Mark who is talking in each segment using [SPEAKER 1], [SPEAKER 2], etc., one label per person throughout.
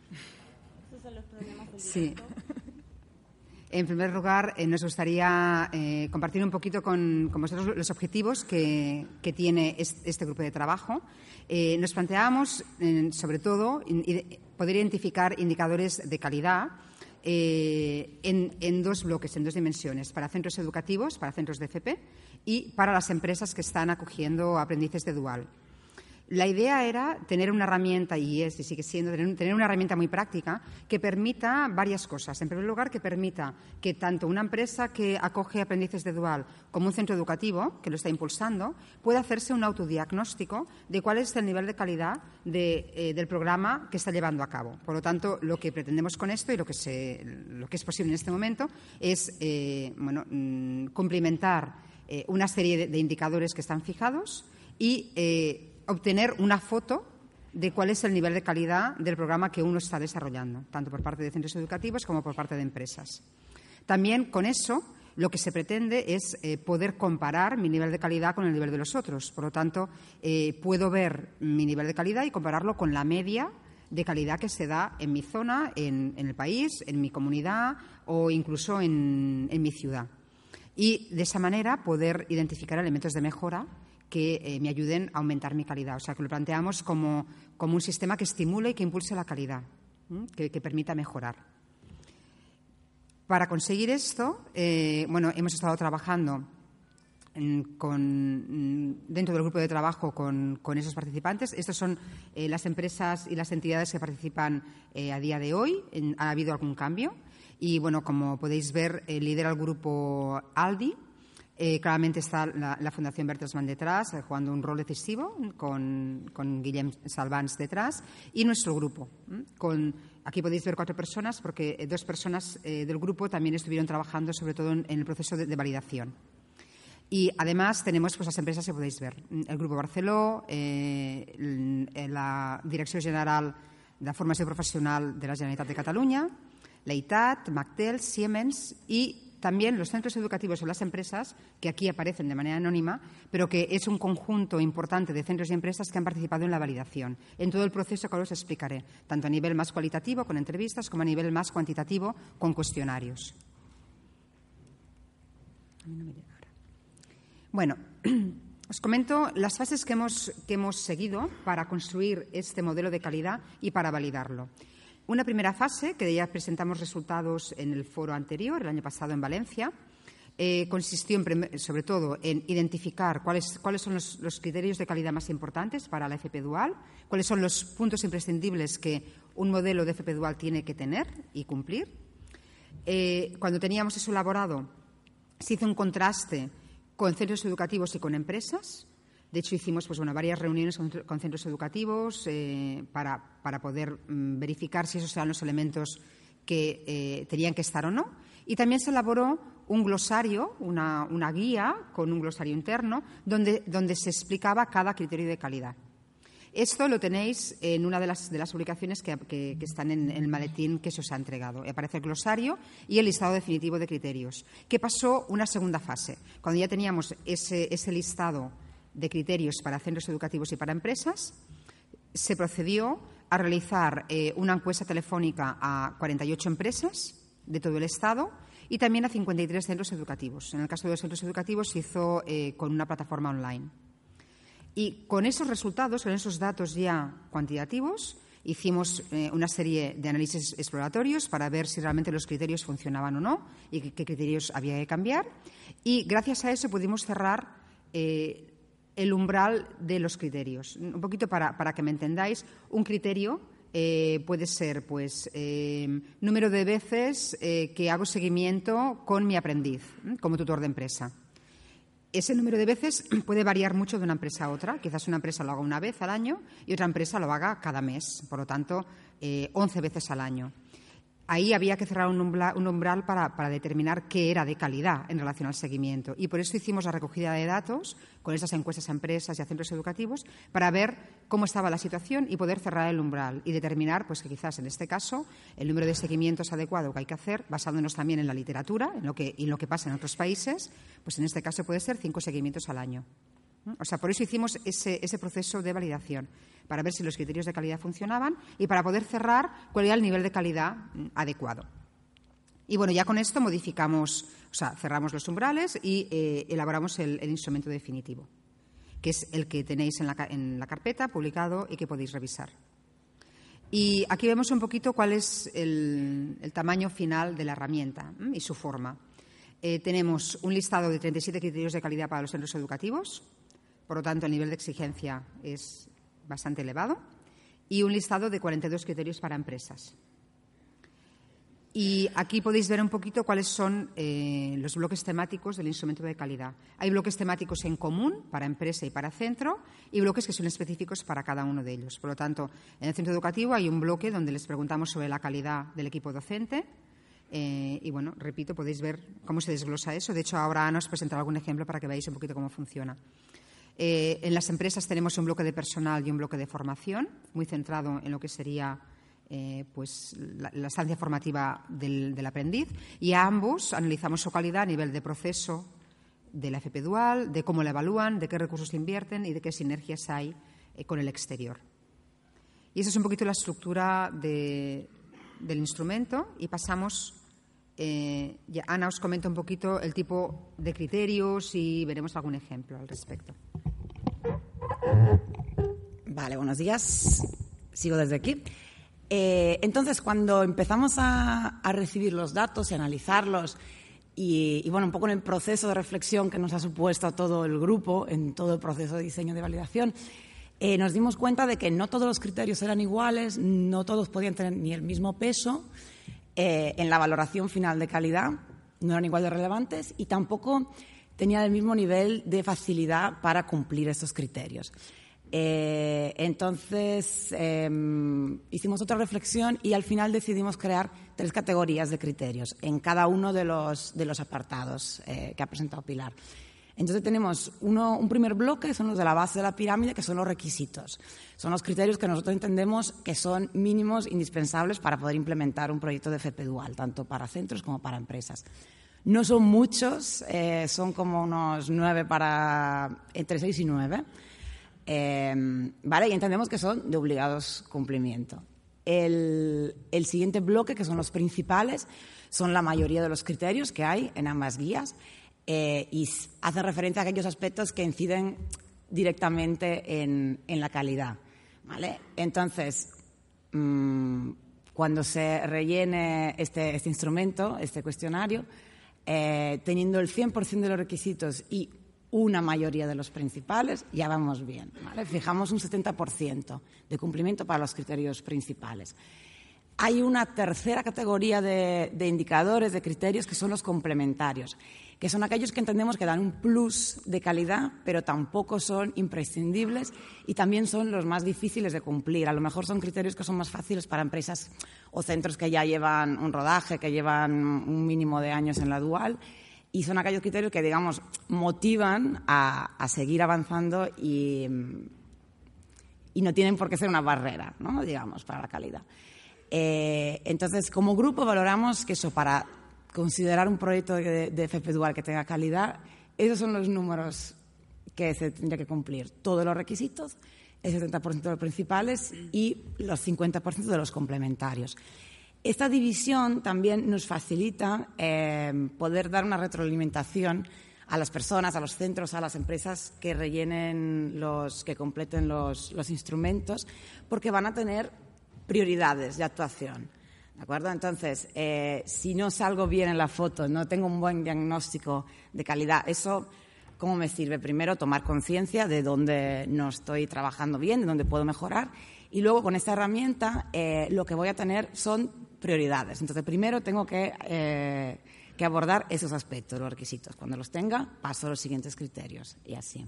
[SPEAKER 1] Estos son los problemas del
[SPEAKER 2] Sí.
[SPEAKER 1] directo.
[SPEAKER 2] En primer lugar, nos gustaría compartir un poquito con vosotros los objetivos que tiene este grupo de trabajo. Nos planteábamos, sobre todo, poder identificar indicadores de calidad en dos bloques, en dos dimensiones, para centros educativos, para centros de FP y para las empresas que están acogiendo aprendices de Dual. La idea era tener una herramienta, y sigue siendo, tener una herramienta muy práctica que permita varias cosas. En primer lugar, que permita que tanto una empresa que acoge aprendices de Dual como un centro educativo, que lo está impulsando, pueda hacerse un autodiagnóstico de cuál es el nivel de calidad del programa que está llevando a cabo. Por lo tanto, lo que pretendemos con esto y lo que es posible en este momento es cumplimentar una serie de indicadores que están fijados y obtener una foto de cuál es el nivel de calidad del programa que uno está desarrollando, tanto por parte de centros educativos como por parte de empresas. También con eso lo que se pretende es poder comparar mi nivel de calidad con el nivel de los otros. Por lo tanto, puedo ver mi nivel de calidad y compararlo con la media de calidad que se da en mi zona, en el país, en mi comunidad o incluso en mi ciudad. Y de esa manera poder identificar elementos de mejora que me ayuden a aumentar mi calidad. O sea, que lo planteamos como un sistema que estimule y que impulse la calidad, que permita mejorar. Para conseguir esto, hemos estado trabajando dentro del grupo de trabajo con esos participantes. Estas son las empresas y las entidades que participan a día de hoy. Ha habido algún cambio. Y, como podéis ver, lidera el grupo Aldi. Claramente está la Fundación Bertelsmann detrás, jugando un rol decisivo, con Guillem Salvans detrás, y nuestro grupo. Aquí podéis ver 4 personas, porque 2 personas del grupo también estuvieron trabajando, sobre todo en el proceso de validación. Y además tenemos las empresas que podéis ver. El Grupo Barceló, la Direcció General de Formació Professional de la Generalitat de Catalunya, la ITAT, Mactel, Siemens y también los centros educativos o las empresas, que aquí aparecen de manera anónima, pero que es un conjunto importante de centros y empresas que han participado en la validación, en todo el proceso que ahora os explicaré, tanto a nivel más cualitativo, con entrevistas, como a nivel más cuantitativo, con cuestionarios. Os comento las fases que hemos seguido para construir este modelo de calidad y para validarlo. Una primera fase, que ya presentamos resultados en el foro anterior, el año pasado en Valencia, consistió sobre todo en identificar cuáles son los criterios de calidad más importantes para la FP Dual, cuáles son los puntos imprescindibles que un modelo de FP Dual tiene que tener y cumplir. Cuando teníamos eso elaborado, se hizo un contraste con centros educativos y con empresas. De hecho, hicimos varias reuniones con centros educativos para poder verificar si esos eran los elementos que tenían que estar o no. Y también se elaboró un glosario, una guía con un glosario interno, donde se explicaba cada criterio de calidad. Esto lo tenéis en una de las publicaciones que están en el maletín que se os ha entregado. Aparece el glosario y el listado definitivo de criterios. ¿Qué pasó? Una segunda fase. Cuando ya teníamos ese listado de criterios para centros educativos y para empresas, se procedió a realizar una encuesta telefónica a 48 empresas de todo el Estado y también a 53 centros educativos. En el caso de los centros educativos se hizo con una plataforma online. Y con esos resultados, con esos datos ya cuantitativos, hicimos una serie de análisis exploratorios para ver si realmente los criterios funcionaban o no y qué criterios había que cambiar. Y gracias a eso pudimos cerrar el umbral de los criterios. Un poquito para que me entendáis, un criterio puede ser número de veces que hago seguimiento con mi aprendiz como tutor de empresa. Ese número de veces puede variar mucho de una empresa a otra. Quizás una empresa lo haga una vez al año y otra empresa lo haga cada mes, por lo tanto, 11 veces al año. Ahí había que cerrar un umbral para determinar qué era de calidad en relación al seguimiento. Y por eso hicimos la recogida de datos con esas encuestas a empresas y a centros educativos para ver cómo estaba la situación y poder cerrar el umbral y determinar que quizás en este caso el número de seguimientos adecuado que hay que hacer, basándonos también en la literatura en lo que pasa en otros países, pues en este caso puede ser 5 seguimientos al año. O sea, por eso hicimos ese proceso de validación, para ver si los criterios de calidad funcionaban y para poder cerrar cuál era el nivel de calidad adecuado. Y bueno, ya con esto modificamos, o sea, cerramos los umbrales y elaboramos el instrumento definitivo, que es el que tenéis en la carpeta publicado y que podéis revisar. Y aquí vemos un poquito cuál es el tamaño final de la herramienta y su forma. Tenemos un listado de 37 criterios de calidad para los centros educativos, por lo tanto el nivel de exigencia es bastante elevado, y un listado de 42 criterios para empresas. Y aquí podéis ver un poquito cuáles son los bloques temáticos del instrumento de calidad. Hay bloques temáticos en común para empresa y para centro y bloques que son específicos para cada uno de ellos. Por lo tanto, en el centro educativo hay un bloque donde les preguntamos sobre la calidad del equipo docente. Y bueno, repito, podéis ver cómo se desglosa eso. De hecho, ahora Ana os presentará algún ejemplo para que veáis un poquito cómo funciona. En las empresas tenemos un bloque de personal y un bloque de formación, muy centrado en lo que sería pues la estancia formativa del aprendiz, y a ambos analizamos su calidad a nivel de proceso de la FP Dual, de cómo la evalúan, de qué recursos invierten y de qué sinergias hay con el exterior. Y esa es un poquito la estructura del instrumento y pasamos. Ya Ana os comenta un poquito el tipo de criterios y veremos algún ejemplo al respecto.
[SPEAKER 3] Vale, buenos días. Sigo desde aquí. Entonces, cuando empezamos a recibir los datos y analizarlos y bueno, un poco en el proceso de reflexión que nos ha supuesto a todo el grupo, en todo el proceso de diseño de validación, nos dimos cuenta de que no todos los criterios eran iguales, no todos podían tener ni el mismo peso en la valoración final de calidad, no eran igual de relevantes y tampoco tenían el mismo nivel de facilidad para cumplir estos criterios. Entonces, hicimos otra reflexión y al final decidimos crear 3 categorías de criterios en cada uno de los apartados que ha presentado Pilar. Entonces tenemos un primer bloque, son los de la base de la pirámide, que son los requisitos. Son los criterios que nosotros entendemos que son mínimos, indispensables para poder implementar un proyecto de FP Dual, tanto para centros como para empresas. No son muchos, son como unos 9 entre 6 y 9. ¿Vale? Y entendemos que son de obligados cumplimiento. El siguiente bloque, que son los principales, son la mayoría de los criterios que hay en ambas guías y hacen referencia a aquellos aspectos que inciden directamente en la calidad. ¿Vale? Entonces, cuando se rellene este instrumento, este cuestionario, teniendo el 100% de los requisitos y una mayoría de los principales, ya vamos bien, ¿vale? Fijamos un 70% de cumplimiento para los criterios principales. Hay una tercera categoría de indicadores, de criterios, que son los complementarios, que son aquellos que entendemos que dan un plus de calidad, pero tampoco son imprescindibles y también son los más difíciles de cumplir. A lo mejor son criterios que son más fáciles para empresas o centros que ya llevan un rodaje, que llevan un mínimo de años en la dual, y son aquellos criterios que, digamos, motivan a seguir avanzando y no tienen por qué ser una barrera, ¿no? Digamos, para la calidad. Entonces, como grupo valoramos que eso, para considerar un proyecto de FP Dual que tenga calidad, esos son los números que se tendría que cumplir. Todos los requisitos, el 70% de los principales y los 50% de los complementarios. Esta división también nos facilita poder dar una retroalimentación a las personas, a los centros, a las empresas que rellenen que completen los instrumentos, porque van a tener prioridades de actuación. ¿De acuerdo? Entonces, si no salgo bien en la foto, no tengo un buen diagnóstico de calidad, eso, ¿cómo me sirve? Primero, tomar conciencia de dónde no estoy trabajando bien, de dónde puedo mejorar, y luego con esta herramienta lo que voy a tener son prioridades. Entonces, primero tengo que abordar esos aspectos, los requisitos. Cuando los tenga, paso a los siguientes criterios y así.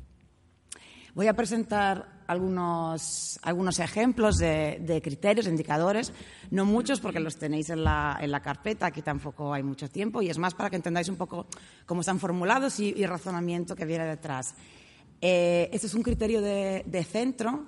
[SPEAKER 3] Voy a presentar algunos ejemplos de criterios, de indicadores, no muchos porque los tenéis en la carpeta, aquí tampoco hay mucho tiempo y es más para que entendáis un poco cómo están formulados y razonamiento que viene detrás. Este es un criterio de centro.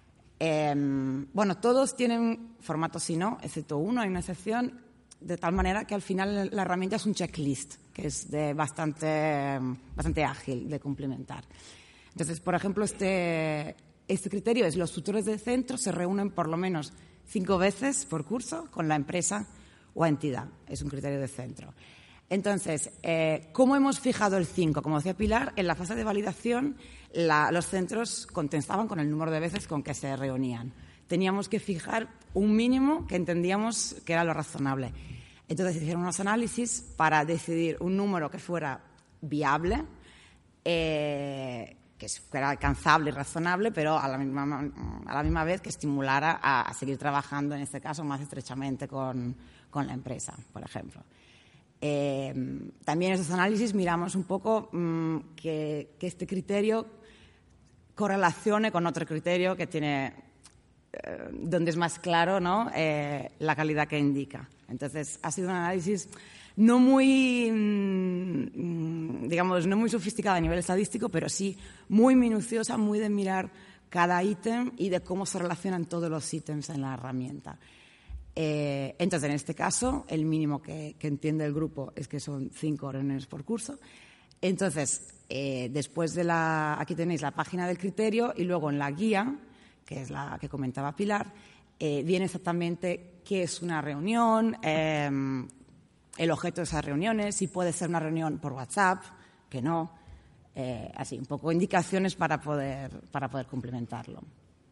[SPEAKER 3] Bueno, todos tienen formato sí no, excepto uno, hay una excepción, de tal manera que al final la herramienta es un checklist, que es bastante ágil de cumplimentar. Entonces, por ejemplo, este este criterio es: los tutores del centro se reúnen por lo menos 5 veces por curso con la empresa o entidad. Es un criterio de centro. Entonces, ¿cómo hemos fijado el 5? Como decía Pilar, en la fase de validación los centros contestaban con el número de veces con que se reunían. Teníamos que fijar un mínimo que entendíamos que era lo razonable. Entonces hicieron unos análisis para decidir un número que fuera viable, que fuera alcanzable y razonable, pero a la misma vez que estimulara a seguir trabajando, en este caso, más estrechamente con la empresa, por ejemplo. También en esos análisis miramos un poco que este criterio correlacione con otro criterio que tiene, donde es más claro, ¿no?, la calidad que indica. Entonces, ha sido un análisis no muy, digamos, no muy sofisticado a nivel estadístico, pero sí muy minuciosa, muy de mirar cada ítem y de cómo se relacionan todos los ítems en la herramienta. Entonces, en este caso, el mínimo que entiende el grupo es que son 5 reuniones por curso. Entonces, después de aquí tenéis la página del criterio y luego en la guía, que es la que comentaba Pilar, viene exactamente qué es una reunión, el objeto de esas reuniones, si puede ser una reunión por WhatsApp, que no, así, un poco indicaciones para poder complementarlo.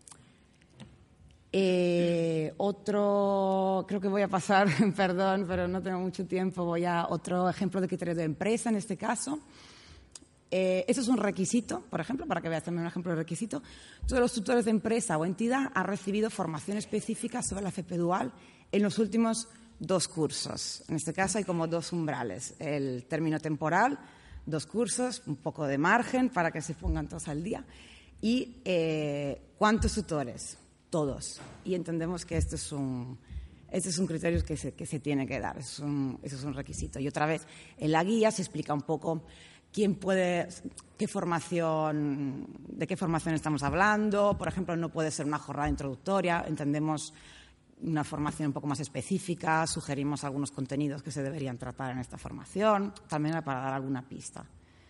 [SPEAKER 3] Creo que voy a pasar, perdón, pero no tengo mucho tiempo, voy a otro ejemplo de criterio de empresa en este caso. Eso es un requisito, por ejemplo, para que veáis también un ejemplo de requisito. Todos los tutores de empresa o entidad han recibido formación específica sobre la FP Dual en los últimos 2 cursos. En este caso hay como 2 umbrales. El término temporal, 2 cursos, un poco de margen para que se pongan todos al día. Y ¿cuántos tutores? Todos. Y entendemos que este es un criterio que se tiene que dar. Eso es un requisito. Y otra vez, en la guía se explica un poco de qué formación estamos hablando. Por ejemplo, no puede ser una jornada introductoria. Entendemos una formación un poco más específica. Sugerimos algunos contenidos que se deberían tratar en esta formación, también para dar alguna pista.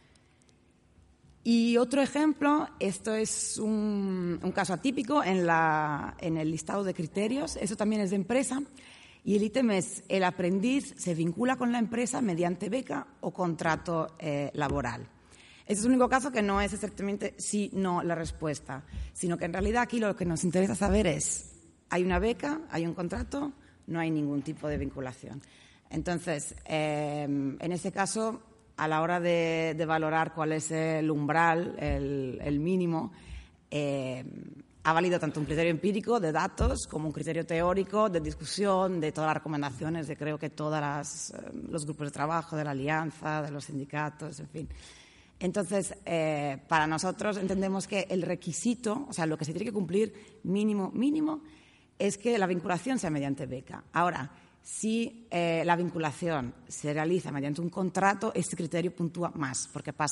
[SPEAKER 3] Y otro ejemplo, esto es un caso atípico en el listado de criterios. Eso también es de empresa. Y el ítem es: el aprendiz se vincula con la empresa mediante beca o contrato laboral. Este es el único caso que no es exactamente sí, no la respuesta, sino que en realidad aquí lo que nos interesa saber es: ¿hay una beca? ¿Hay un contrato? No hay ningún tipo de vinculación. Entonces, en ese caso, a la hora de valorar cuál es el umbral, el mínimo, ha valido tanto un criterio empírico de datos como un criterio teórico de discusión de todas las recomendaciones de, creo que todos los grupos de trabajo, de la alianza, de los sindicatos, en fin. Entonces, para nosotros entendemos que el requisito, o sea, lo que se tiene que cumplir mínimo, es que la vinculación sea mediante beca. Ahora, si la vinculación se realiza mediante un contrato, este criterio puntúa más, porque va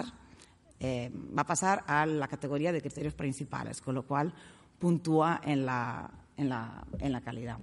[SPEAKER 3] a pasar a la categoría de criterios principales, con lo cual puntúa en la calidad.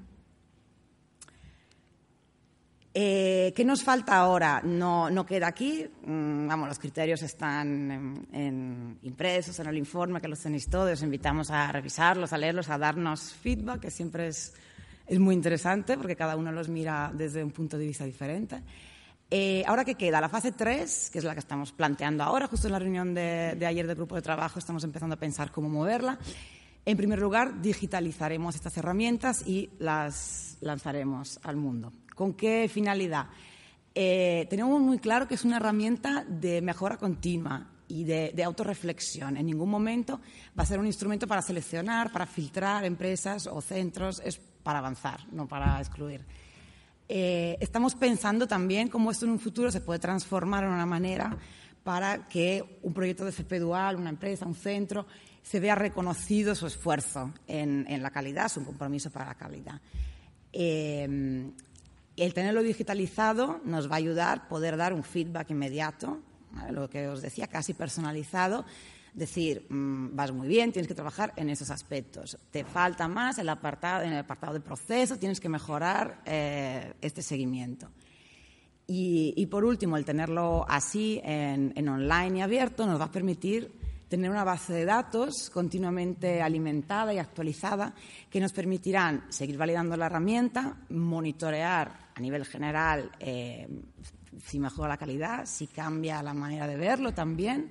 [SPEAKER 3] ¿Qué nos falta ahora? No queda aquí. Los criterios están impresos en el informe, que los tenéis todos. Os invitamos a revisarlos, a leerlos, a darnos feedback, que siempre es muy interesante porque cada uno los mira desde un punto de vista diferente. Ahora, ¿qué queda? La fase 3, que es la que estamos planteando ahora, justo en la reunión de ayer del grupo de trabajo, estamos empezando a pensar cómo moverla. En primer lugar, digitalizaremos estas herramientas y las lanzaremos al mundo. ¿Con qué finalidad? Tenemos muy claro que es una herramienta de mejora continua y de autorreflexión. En ningún momento va a ser un instrumento para seleccionar, para filtrar empresas o centros. Es para avanzar, no para excluir. Estamos pensando también cómo esto en un futuro se puede transformar en una manera para que un proyecto de FP Dual, una empresa, un centro, se vea reconocido su esfuerzo en la calidad, su compromiso para la calidad. El tenerlo digitalizado nos va a ayudar a poder dar un feedback inmediato, ¿vale? Lo que os decía, casi personalizado. Decir, vas muy bien, tienes que trabajar en esos aspectos. Te falta más en el apartado de proceso, tienes que mejorar este seguimiento. Y por último, el tenerlo así en online y abierto nos va a permitir tener una base de datos continuamente alimentada y actualizada que nos permitirán seguir validando la herramienta, monitorear a nivel general si mejora la calidad, si cambia la manera de verlo también,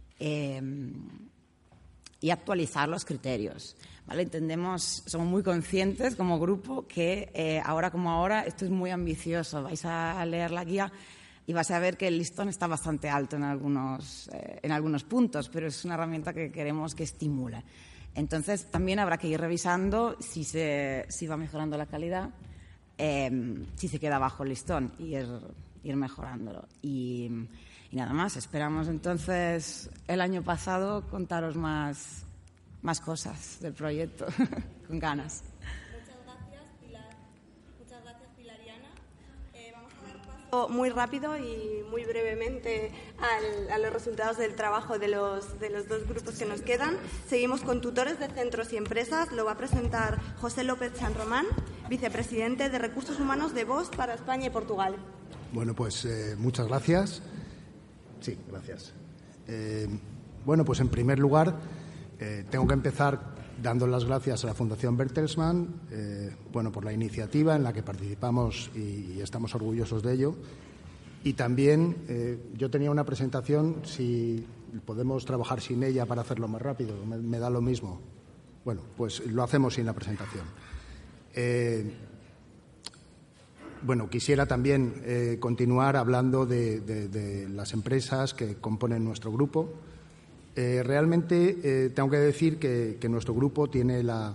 [SPEAKER 3] y actualizar los criterios. ¿Vale? Entendemos, somos muy conscientes como grupo que ahora como ahora esto es muy ambicioso. Vais a leer la guía y vas a ver que el listón está bastante alto en algunos puntos, pero es una herramienta que queremos que estimule. Entonces, también habrá que ir revisando si va mejorando la calidad, si se queda bajo el listón y ir mejorándolo. Y nada más, esperamos entonces el año pasado contaros más cosas del proyecto, con ganas.
[SPEAKER 1] Muchas gracias, Pilar. Muchas gracias, Pilar y Ana. Vamos a dar paso muy rápido y muy brevemente a los resultados del trabajo de los dos grupos que nos quedan. Seguimos con tutores de centros y empresas. Lo va a presentar José López San Román, vicepresidente de Recursos Humanos de VOS para España y Portugal.
[SPEAKER 4] Bueno, pues muchas gracias. Sí, gracias. Bueno, pues en primer lugar, tengo que empezar dando las gracias a la Fundación Bertelsmann por la iniciativa en la que participamos y estamos orgullosos de ello. Y también yo tenía una presentación, si podemos trabajar sin ella para hacerlo más rápido, me da lo mismo. Bueno, pues lo hacemos sin la presentación. Quisiera también continuar hablando de las empresas que componen nuestro grupo. Realmente tengo que decir que nuestro grupo tiene la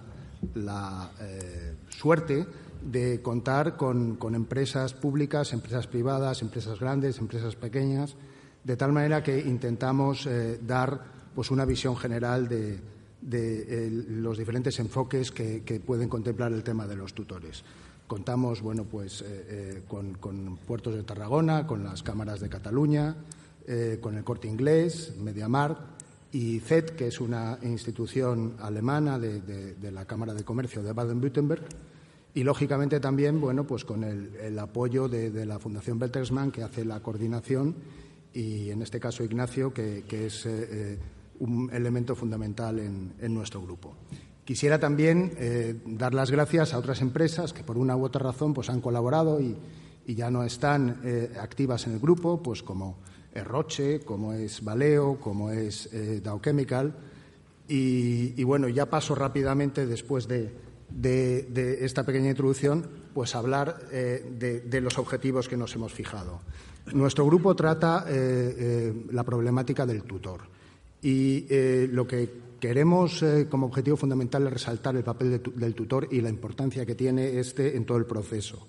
[SPEAKER 4] suerte de contar con empresas públicas, empresas privadas, empresas grandes, empresas pequeñas, de tal manera que intentamos dar una visión general de los diferentes enfoques que pueden contemplar el tema de los tutores. Contamos con Puertos de Tarragona, con las cámaras de Cataluña, con el Corte Inglés, MediaMarkt y CET, que es una institución alemana de la Cámara de Comercio de Baden-Württemberg, y lógicamente también con el apoyo de la Fundación Bertelsmann, que hace la coordinación, y en este caso Ignacio, que es un elemento fundamental en nuestro grupo. Quisiera también dar las gracias a otras empresas que por una u otra razón han colaborado y ya no están activas en el grupo, como es Roche, como es Valeo, como es Dow Chemical. Y ya paso rápidamente, después de esta pequeña introducción, a hablar de los objetivos que nos hemos fijado. Nuestro grupo trata la problemática del tutor y lo que queremos como objetivo fundamental es resaltar el papel del tutor y la importancia que tiene en todo el proceso.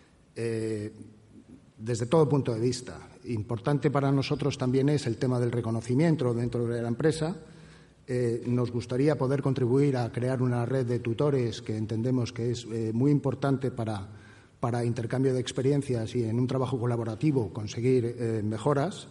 [SPEAKER 4] Desde todo punto de vista. Importante para nosotros también es el tema del reconocimiento dentro de la empresa. Nos gustaría poder contribuir a crear una red de tutores que entendemos que es muy importante para intercambio de experiencias y en un trabajo colaborativo conseguir mejoras.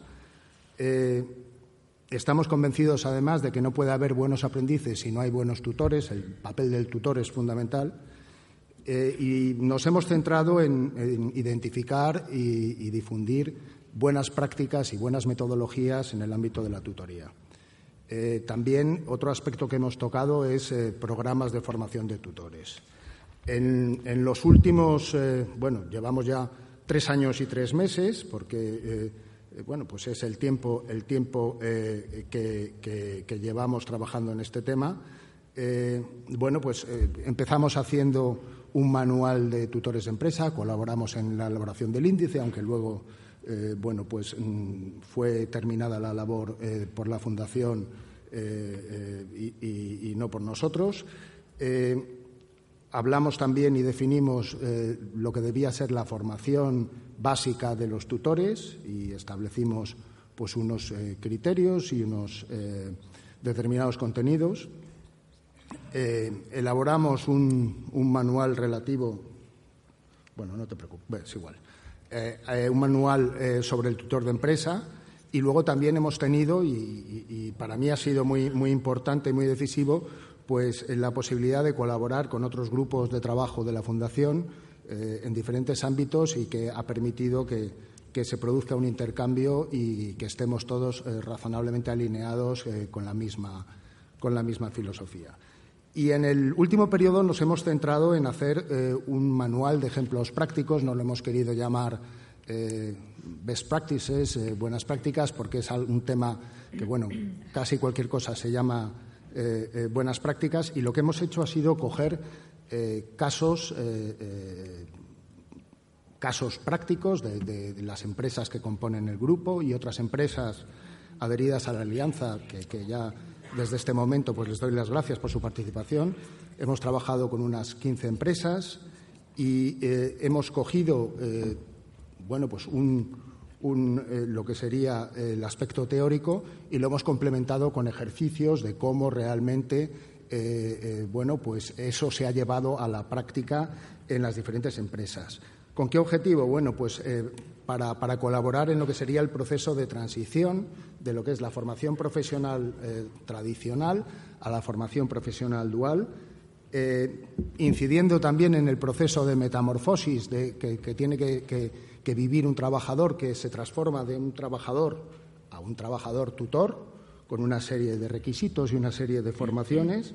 [SPEAKER 4] Estamos convencidos, además, de que no puede haber buenos aprendices si no hay buenos tutores. El papel del tutor es fundamental. Y nos hemos centrado en identificar y difundir buenas prácticas y buenas metodologías en el ámbito de la tutoría. También otro aspecto que hemos tocado es programas de formación de tutores. En los últimos, llevamos ya 3 años y 3 meses, porque es el tiempo que llevamos trabajando en este tema. Empezamos haciendo un manual de tutores de empresa, colaboramos en la elaboración del índice, aunque luego fue terminada la labor por la Fundación y no por nosotros. Hablamos también y definimos lo que debía ser la formación básica de los tutores y establecimos unos criterios y unos determinados contenidos. Elaboramos un manual relativo, no te preocupes, es igual, un manual sobre el tutor de empresa, y luego también hemos tenido, y para mí ha sido muy, muy importante y muy decisivo, la posibilidad de colaborar con otros grupos de trabajo de la Fundación en diferentes ámbitos y que ha permitido que que se produzca un intercambio y que estemos todos razonablemente alineados con la misma filosofía. Y en el último periodo nos hemos centrado en hacer un manual de ejemplos prácticos, no lo hemos querido llamar best practices, buenas prácticas, porque es un tema que, bueno, casi cualquier cosa se llama buenas prácticas, y lo que hemos hecho ha sido coger casos prácticos de las empresas que componen el grupo y otras empresas adheridas a la alianza que ya desde este momento pues les doy las gracias por su participación. Hemos trabajado con unas 15 empresas y hemos cogido pues lo que sería el aspecto teórico y lo hemos complementado con ejercicios de cómo realmente pues eso se ha llevado a la práctica en las diferentes empresas. ¿Con qué objetivo? Bueno, pues para colaborar en lo que sería el proceso de transición de lo que es la formación profesional tradicional a la formación profesional dual, incidiendo también en el proceso de metamorfosis que tiene que vivir un trabajador que se transforma de un trabajador a un trabajador tutor, con una serie de requisitos y una serie de formaciones.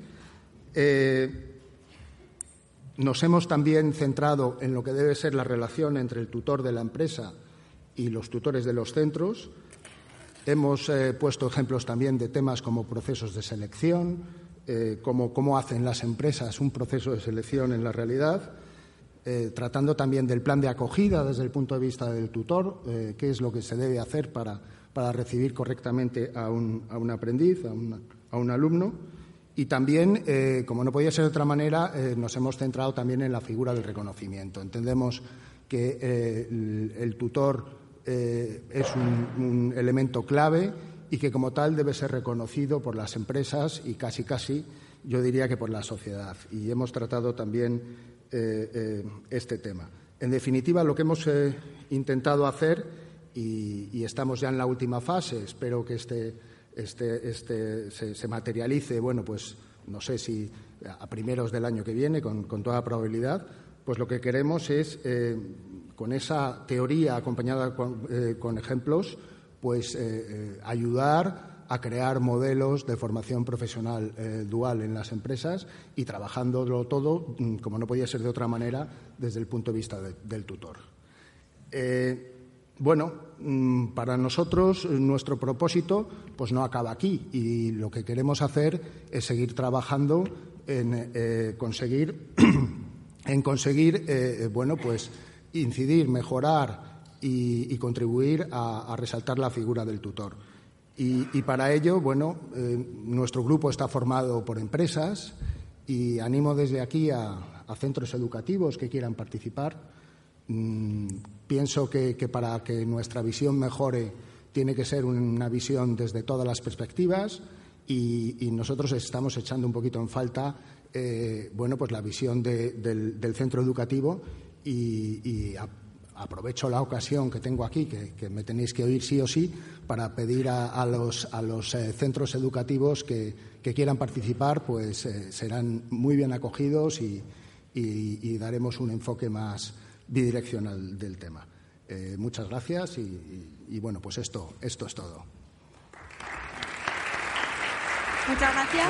[SPEAKER 4] Nos hemos también centrado en lo que debe ser la relación entre el tutor de la empresa y los tutores de los centros. Hemos puesto ejemplos también de temas como procesos de selección, cómo hacen las empresas un proceso de selección en la realidad, tratando también del plan de acogida desde el punto de vista del tutor, qué es lo que se debe hacer para recibir correctamente a un aprendiz, a un alumno. Y también, como no podía ser de otra manera, nos hemos centrado también en la figura del reconocimiento. Entendemos que el tutor es un elemento clave y que, como tal, debe ser reconocido por las empresas y casi, yo diría que por la sociedad. Y hemos tratado también este tema. En definitiva, lo que hemos intentado hacer, y estamos ya en la última fase, espero que se materialice, pues no sé si a primeros del año que viene, con toda probabilidad, pues lo que queremos es, con esa teoría acompañada con ejemplos, pues ayudar a crear modelos de formación profesional dual en las empresas y trabajándolo todo, como no podía ser de otra manera, desde el punto de vista del tutor. Para nosotros nuestro propósito pues no acaba aquí y lo que queremos hacer es seguir trabajando en conseguir pues incidir, mejorar y contribuir a resaltar la figura del tutor. Y para ello, nuestro grupo está formado por empresas y animo desde aquí a centros educativos que quieran participar. Pienso que para que nuestra visión mejore tiene que ser una visión desde todas las perspectivas y nosotros estamos echando un poquito en falta pues la visión del centro educativo y aprovecho la ocasión que tengo aquí, que me tenéis que oír sí o sí, para pedir a los centros educativos que quieran participar, pues serán muy bien acogidos y daremos un enfoque más bidireccional del tema. Muchas gracias y pues esto es todo.
[SPEAKER 1] Muchas gracias.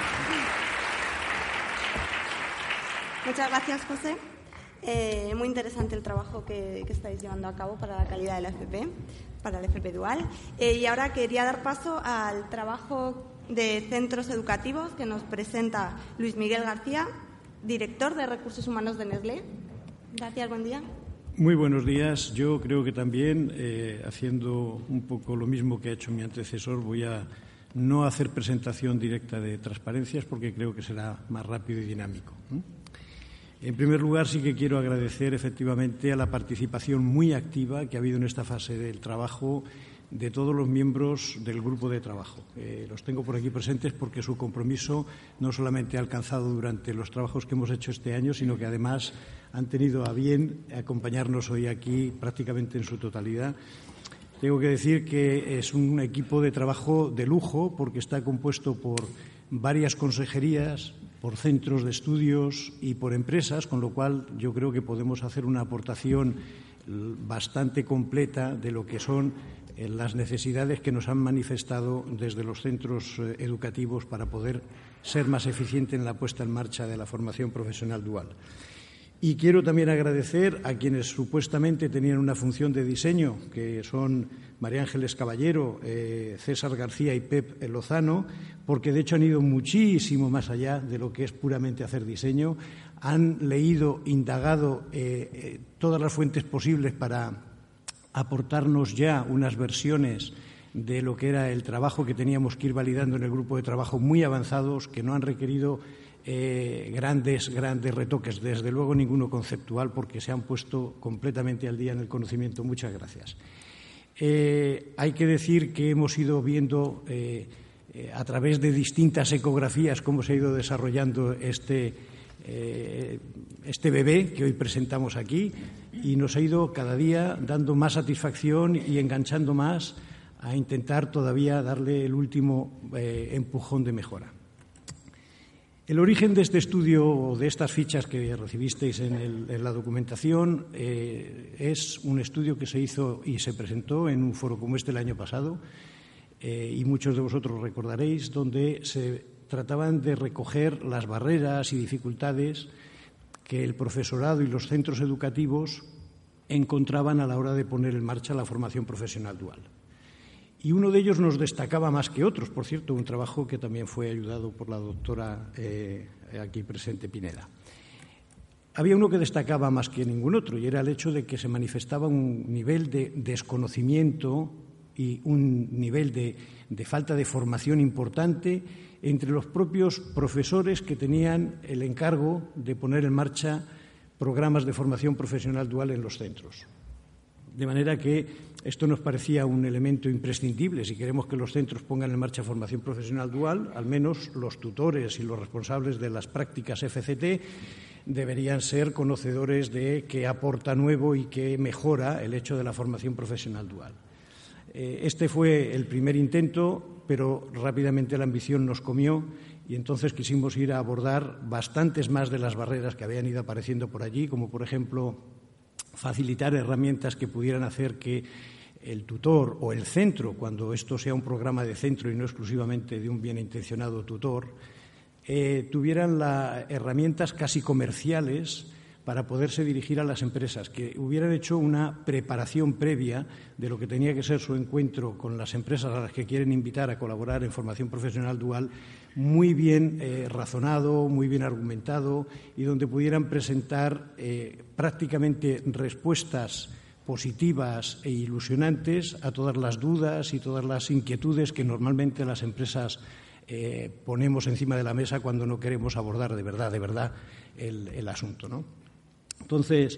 [SPEAKER 1] Muchas gracias, José. Muy interesante el trabajo que estáis llevando a cabo para la calidad de la FP, para el FP Dual. Y ahora quería dar paso al trabajo de centros educativos que nos presenta Luis Miguel García, director de Recursos Humanos de Nestlé. Gracias, buen día.
[SPEAKER 5] Muy buenos días. Yo creo que también, haciendo un poco lo mismo que ha hecho mi antecesor, voy a no hacer presentación directa de transparencias porque creo que será más rápido y dinámico. En primer lugar, sí que quiero agradecer efectivamente a la participación muy activa que ha habido en esta fase del trabajo de todos los miembros del grupo de trabajo. Los tengo por aquí presentes porque su compromiso no solamente ha alcanzado durante los trabajos que hemos hecho este año, sino que además han tenido a bien acompañarnos hoy aquí prácticamente en su totalidad. Tengo que decir que es un equipo de trabajo de lujo porque está compuesto por varias consejerías, por centros de estudios y por empresas, con lo cual yo creo que podemos hacer una aportación bastante completa de lo que son las necesidades que nos han manifestado desde los centros educativos para poder ser más eficiente en la puesta en marcha de la formación profesional dual. Y quiero también agradecer a quienes supuestamente tenían una función de diseño, que son María Ángeles Caballero, César García y Pep Lozano, porque de hecho han ido muchísimo más allá de lo que es puramente hacer diseño. Han leído, indagado todas las fuentes posibles para aportarnos ya unas versiones de lo que era el trabajo que teníamos que ir validando en el grupo de trabajo, muy avanzados, que no han requerido grandes retoques, desde luego ninguno conceptual, porque se han puesto completamente al día en el conocimiento. Muchas gracias. Hay que decir que hemos ido viendo a través de distintas ecografías cómo se ha ido desarrollando este bebé que hoy presentamos aquí, y nos ha ido cada día dando más satisfacción y enganchando más a intentar todavía darle el último empujón de mejora. El origen de este estudio o de estas fichas que recibisteis en la documentación es un estudio que se hizo y se presentó en un foro como este el año pasado, y muchos de vosotros recordaréis, donde se trataban de recoger las barreras y dificultades que el profesorado y los centros educativos encontraban a la hora de poner en marcha la formación profesional dual. Y uno de ellos nos destacaba más que otros, por cierto, un trabajo que también fue ayudado por la doctora aquí presente, Pineda. Había uno que destacaba más que ningún otro, y era el hecho de que se manifestaba un nivel de desconocimiento y un nivel de falta de formación importante entre los propios profesores que tenían el encargo de poner en marcha programas de formación profesional dual en los centros. De manera que esto nos parecía un elemento imprescindible. Si queremos que los centros pongan en marcha formación profesional dual, al menos los tutores y los responsables de las prácticas FCT deberían ser conocedores de qué aporta nuevo y qué mejora el hecho de la formación profesional dual. Este fue el primer intento, pero rápidamente la ambición nos comió y entonces quisimos ir a abordar bastantes más de las barreras que habían ido apareciendo por allí, como por ejemplo facilitar herramientas que pudieran hacer que el tutor o el centro, cuando esto sea un programa de centro y no exclusivamente de un bien intencionado tutor, tuvieran herramientas casi comerciales para poderse dirigir a las empresas, que hubieran hecho una preparación previa de lo que tenía que ser su encuentro con las empresas a las que quieren invitar a colaborar en formación profesional dual, muy bien razonado, muy bien argumentado, y donde pudieran presentar prácticamente respuestas positivas e ilusionantes a todas las dudas y todas las inquietudes que normalmente las empresas ponemos encima de la mesa cuando no queremos abordar de verdad el asunto, ¿no? Entonces,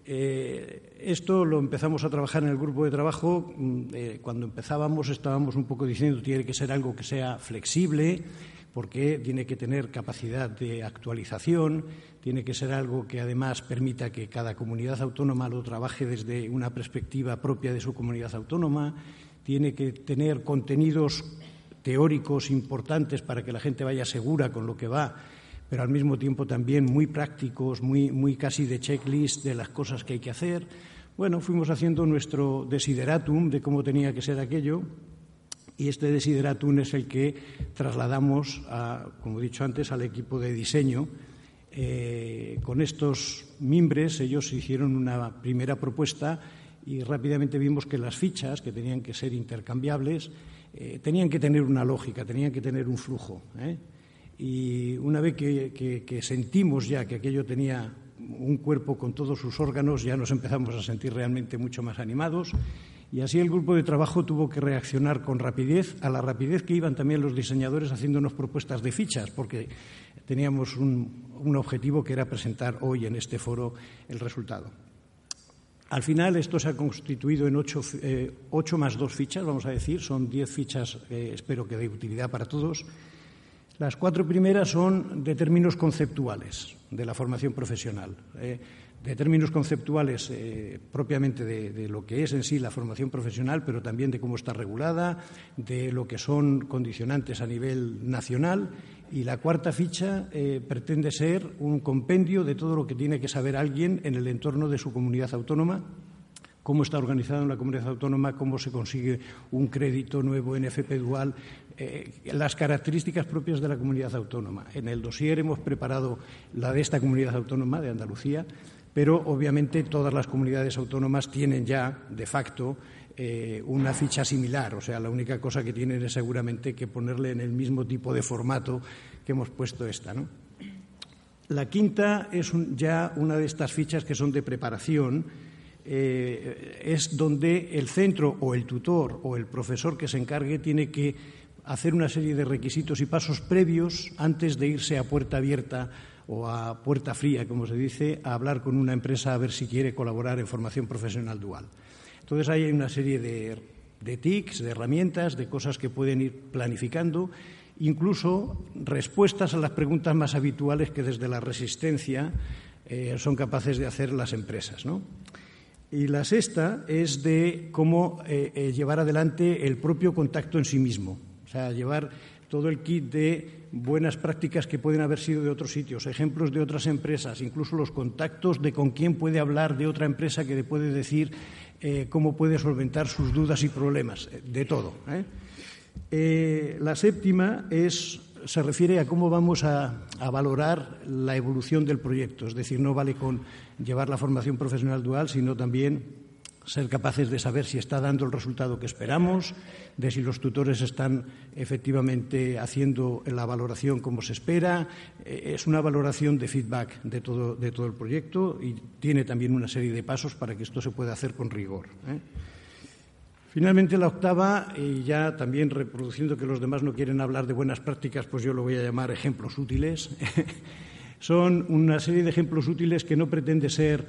[SPEAKER 5] esto lo empezamos a trabajar en el grupo de trabajo. Cuando empezábamos estábamos un poco diciendo tiene que ser algo que sea flexible, porque tiene que tener capacidad de actualización, tiene que ser algo que además permita que cada comunidad autónoma lo trabaje desde una perspectiva propia de su comunidad autónoma, tiene que tener contenidos teóricos importantes para que la gente vaya segura con lo que va, pero al mismo tiempo también muy prácticos, muy casi de checklist de las cosas que hay que hacer. Bueno, fuimos haciendo nuestro desideratum de cómo tenía que ser aquello, y este desideratum es el que trasladamos, como he dicho antes, al equipo de diseño. Con estos mimbres ellos hicieron una primera propuesta y rápidamente vimos que las fichas, que tenían que ser intercambiables, tenían que tener una lógica, tenían que tener un flujo, Y una vez que sentimos ya que aquello tenía un cuerpo con todos sus órganos, ya nos empezamos a sentir realmente mucho más animados, y así el grupo de trabajo tuvo que reaccionar con rapidez, a la rapidez que iban también los diseñadores haciéndonos propuestas de fichas, porque teníamos un objetivo que era presentar hoy en este foro el resultado. Al final esto se ha constituido en 8 más 2 fichas, vamos a decir, son 10 fichas, espero que de utilidad para todos. Las 4 primeras son de términos conceptuales de la formación profesional, de términos conceptuales propiamente de lo que es en sí la formación profesional, pero también de cómo está regulada, de lo que son condicionantes a nivel nacional, y la 4ª ficha pretende ser un compendio de todo lo que tiene que saber alguien en el entorno de su comunidad autónoma cómo está organizado en la comunidad autónoma, cómo se consigue un crédito nuevo en FP dual, las características propias de la comunidad autónoma. En el dossier hemos preparado la de esta comunidad autónoma, de Andalucía, pero obviamente todas las comunidades autónomas tienen ya, de facto, una ficha similar. O sea, la única cosa que tienen es seguramente que ponerle en el mismo tipo de formato que hemos puesto esta, ¿no? La quinta es ya una de estas fichas que son de preparación. Es donde el centro o el tutor o el profesor que se encargue tiene que hacer una serie de requisitos y pasos previos antes de irse a puerta abierta o a puerta fría, como se dice, a hablar con una empresa a ver si quiere colaborar en formación profesional dual. Entonces, ahí hay una serie de tics, de herramientas, de cosas que pueden ir planificando, incluso respuestas a las preguntas más habituales que desde la resistencia son capaces de hacer las empresas, ¿no? Y la sexta es de cómo llevar adelante el propio contacto en sí mismo, o sea, llevar todo el kit de buenas prácticas que pueden haber sido de otros sitios, ejemplos de otras empresas, incluso los contactos de con quién puede hablar de otra empresa que le puede decir cómo puede solventar sus dudas y problemas, de todo, La séptima se refiere a cómo vamos a valorar la evolución del proyecto. Es decir, no vale con llevar la formación profesional dual, sino también ser capaces de saber si está dando el resultado que esperamos, de si los tutores están efectivamente haciendo la valoración como se espera. Es una valoración de feedback de todo el proyecto y tiene también una serie de pasos para que esto se pueda hacer con rigor, Finalmente, la octava, y ya también reproduciendo que los demás no quieren hablar de buenas prácticas, pues yo lo voy a llamar ejemplos útiles. Son una serie de ejemplos útiles que no pretende ser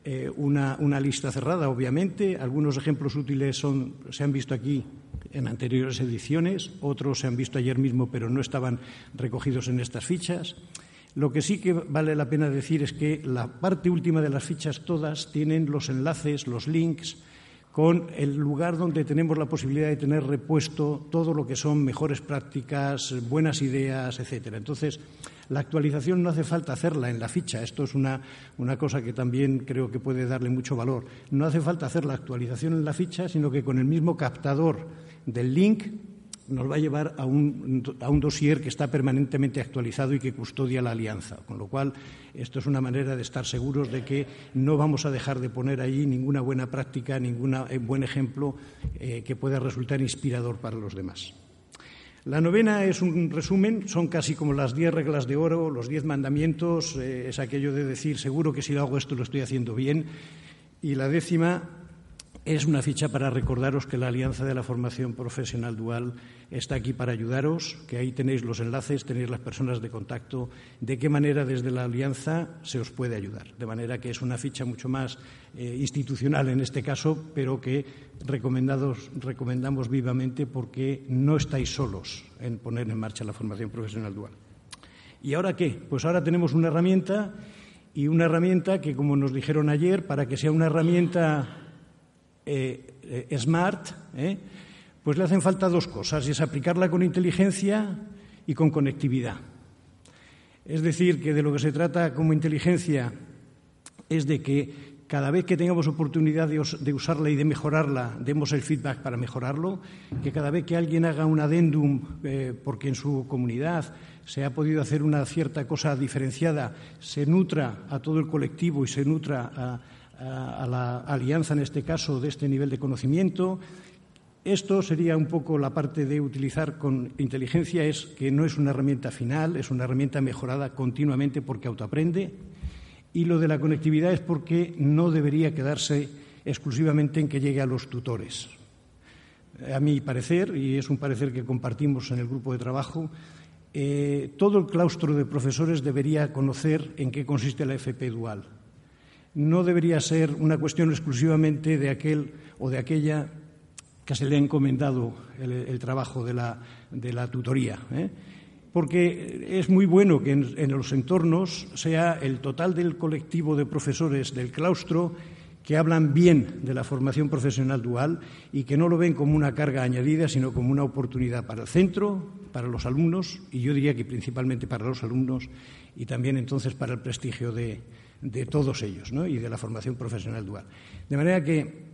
[SPEAKER 5] una lista cerrada, obviamente. Algunos ejemplos útiles se han visto aquí en anteriores ediciones, otros se han visto ayer mismo, pero no estaban recogidos en estas fichas. Lo que sí que vale la pena decir es que la parte última de las fichas todas tienen los enlaces, los links, con el lugar donde tenemos la posibilidad de tener repuesto todo lo que son mejores prácticas, buenas ideas, etcétera. Entonces, la actualización no hace falta hacerla en la ficha. Esto es una cosa que también creo que puede darle mucho valor. No hace falta hacer la actualización en la ficha, sino que con el mismo captador del link nos va a llevar a un dossier que está permanentemente actualizado y que custodia la alianza. Con lo cual, esto es una manera de estar seguros de que no vamos a dejar de poner allí ninguna buena práctica, ningún buen ejemplo que pueda resultar inspirador para los demás. La novena es un resumen, son casi como las 10 reglas de oro, los 10 mandamientos, es aquello de decir seguro que si lo hago esto lo estoy haciendo bien. Y la décima es una ficha para recordaros que la Alianza de la Formación Profesional Dual está aquí para ayudaros, que ahí tenéis los enlaces, tenéis las personas de contacto, de qué manera desde la Alianza se os puede ayudar. De manera que es una ficha mucho más institucional en este caso, pero que recomendamos vivamente porque no estáis solos en poner en marcha la formación profesional dual. ¿Y ahora qué? Pues ahora tenemos una herramienta que, como nos dijeron ayer, para que sea una herramienta smart, pues le hacen falta dos cosas, y es aplicarla con inteligencia y con conectividad. Es decir, que de lo que se trata como inteligencia es de que cada vez que tengamos oportunidad de usarla y de mejorarla, demos el feedback para mejorarlo, que cada vez que alguien haga un adendum porque en su comunidad se ha podido hacer una cierta cosa diferenciada, se nutra a todo el colectivo y se nutra a la alianza, en este caso, de este nivel de conocimiento. Esto sería un poco la parte de utilizar con inteligencia, es que no es una herramienta final, es una herramienta mejorada continuamente porque autoaprende. Y lo de la conectividad es porque no debería quedarse exclusivamente en que llegue a los tutores. A mi parecer, y es un parecer que compartimos en el grupo de trabajo, todo el claustro de profesores debería conocer en qué consiste la FP dual. No debería ser una cuestión exclusivamente de aquel o de aquella que se le ha encomendado el trabajo de la tutoría, porque es muy bueno que en los entornos sea el total del colectivo de profesores del claustro que hablan bien de la formación profesional dual y que no lo ven como una carga añadida, sino como una oportunidad para el centro, para los alumnos, y yo diría que principalmente para los alumnos, y también entonces para el prestigio de todos ellos, ¿no? Y de la formación profesional dual. De manera que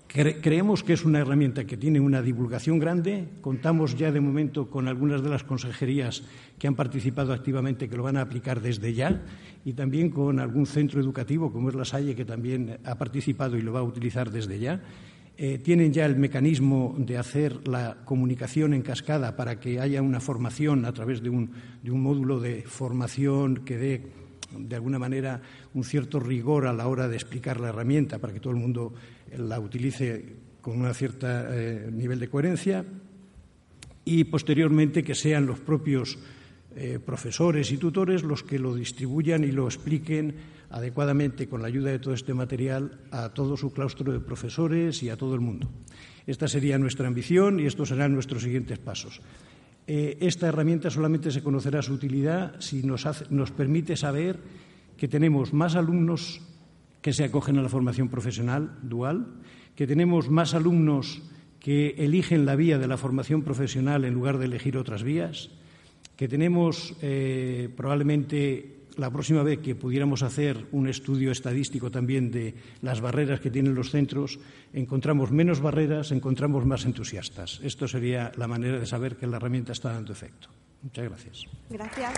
[SPEAKER 5] Creemos que es una herramienta que tiene una divulgación grande. Contamos ya de momento con algunas de las consejerías que han participado activamente, que lo van a aplicar desde ya, y también con algún centro educativo, como es La Salle, que también ha participado y lo va a utilizar desde ya. Tienen ya el mecanismo de hacer la comunicación en cascada para que haya una formación a través de un módulo de formación que dé, de alguna manera, un cierto rigor a la hora de explicar la herramienta para que todo el mundo la utilice con un cierto nivel de coherencia, y posteriormente que sean los propios profesores y tutores los que lo distribuyan y lo expliquen adecuadamente con la ayuda de todo este material a todo su claustro de profesores y a todo el mundo. Esta sería nuestra ambición y estos serán nuestros siguientes pasos. Esta herramienta solamente se conocerá su utilidad si nos permite saber que tenemos más alumnos que se acogen a la formación profesional dual, que tenemos más alumnos que eligen la vía de la formación profesional en lugar de elegir otras vías, que tenemos probablemente la próxima vez que pudiéramos hacer un estudio estadístico también de las barreras que tienen los centros, encontramos menos barreras, encontramos más entusiastas. Esto sería la manera de saber que la herramienta está dando efecto. Muchas gracias.
[SPEAKER 1] Gracias.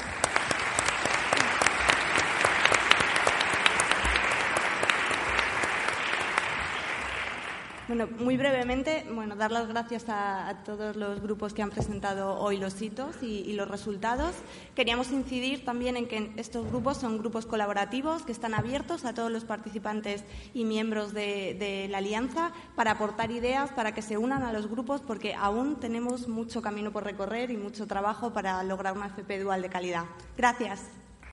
[SPEAKER 1] Bueno, muy brevemente, dar las gracias a todos los grupos que han presentado hoy los hitos y los resultados. Queríamos incidir también en que estos grupos son grupos colaborativos que están abiertos a todos los participantes y miembros de la Alianza para aportar ideas, para que se unan a los grupos, porque aún tenemos mucho camino por recorrer y mucho trabajo para lograr una FP dual de calidad. Gracias.